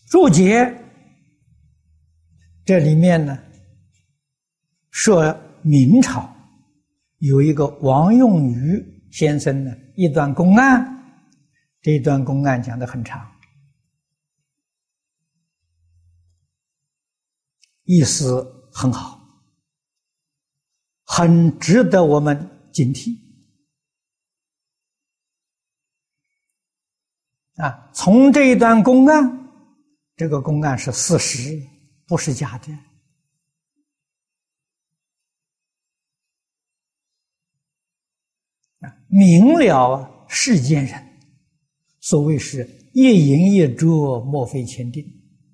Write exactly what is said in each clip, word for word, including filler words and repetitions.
注解这里面呢，说明朝有一个王用余先生呢一段公案，这一段公案讲得很长，意思很好，很值得我们警惕啊！从这一段公案，这个公案是事实，不是假的啊！明了世间人，所谓是一饮一啄，莫非前定。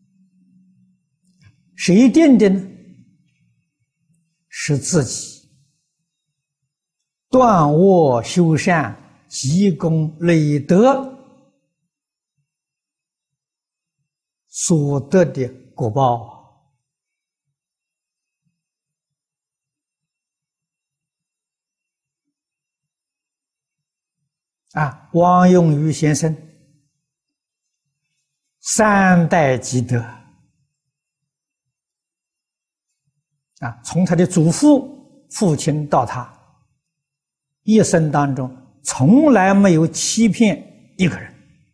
谁定的呢？是自己断恶修善、积功累德所得的果报啊！王用余先生三代积德啊，从他的祖父、父亲到他，一生当中从来没有欺骗一个人，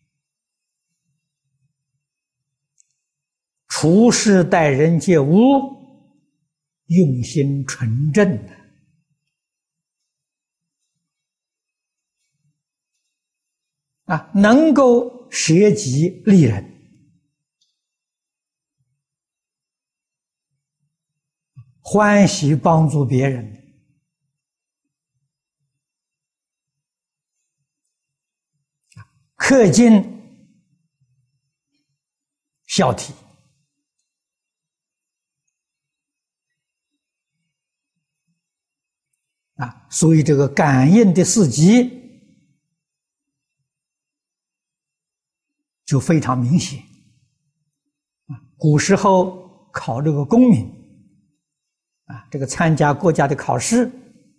处事待人接物用心纯正的啊，能够舍己利人，欢喜帮助别人，恪尽孝悌啊，所以这个感应的事迹就非常明显啊。古时候考这个功名啊，这个参加国家的考试，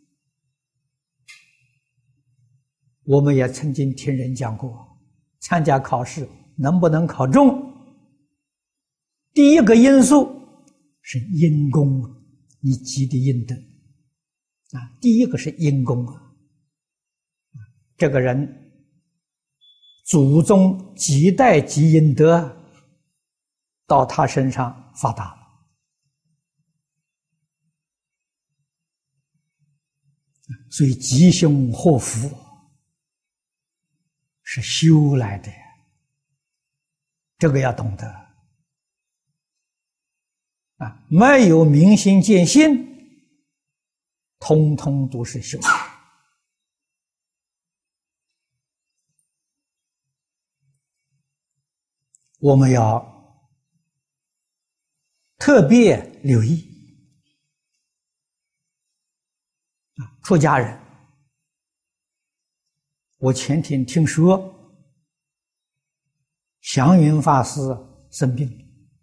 我们也曾经听人讲过，参加考试能不能考中，第一个因素是因功，你积的阴德啊，第一个是因功啊，这个人祖宗几代积阴德，到他身上发达了。所以吉凶祸福是修来的，这个要懂得啊！没有明心见性，通通都是修。我们要特别留意啊，出家人，我前天听说祥云法师生病，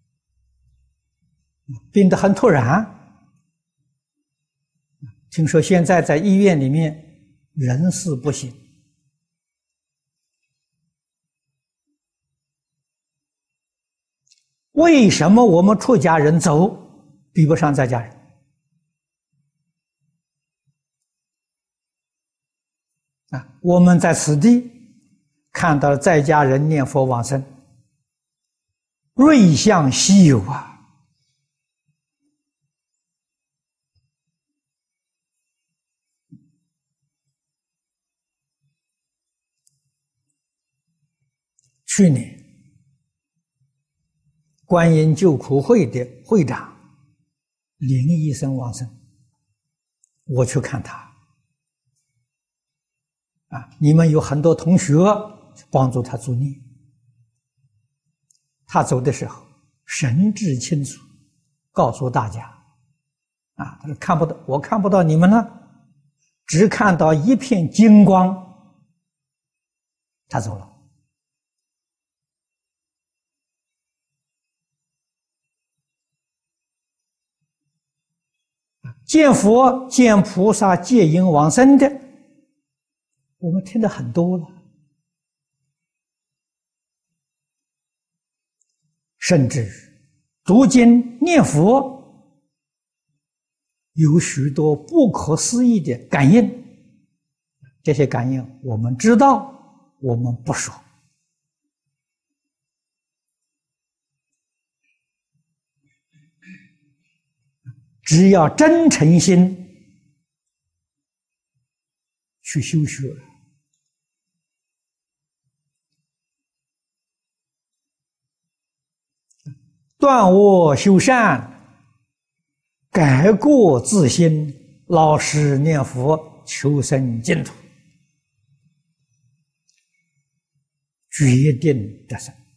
病得很突然，听说现在在医院里面人事不省。为什么我们出家人走比不上在家人？啊，我们在此地看到在家人念佛往生，瑞相稀有啊！去年观音救苦会的会长林医生往生，我去看他啊，你们有很多同学帮助他助念，他走的时候神志清楚，告诉大家啊，他说看不到，我看不到你们了，只看到一片金光，他走了。见佛、见菩萨、戒因往生的，我们听得很多了。 甚至读经念佛，有许多不可思议的感应。这些感应我们知道，我们不说。只要真诚心去修学，断恶修善，改过自新，老实念佛，求生净土，决定得胜。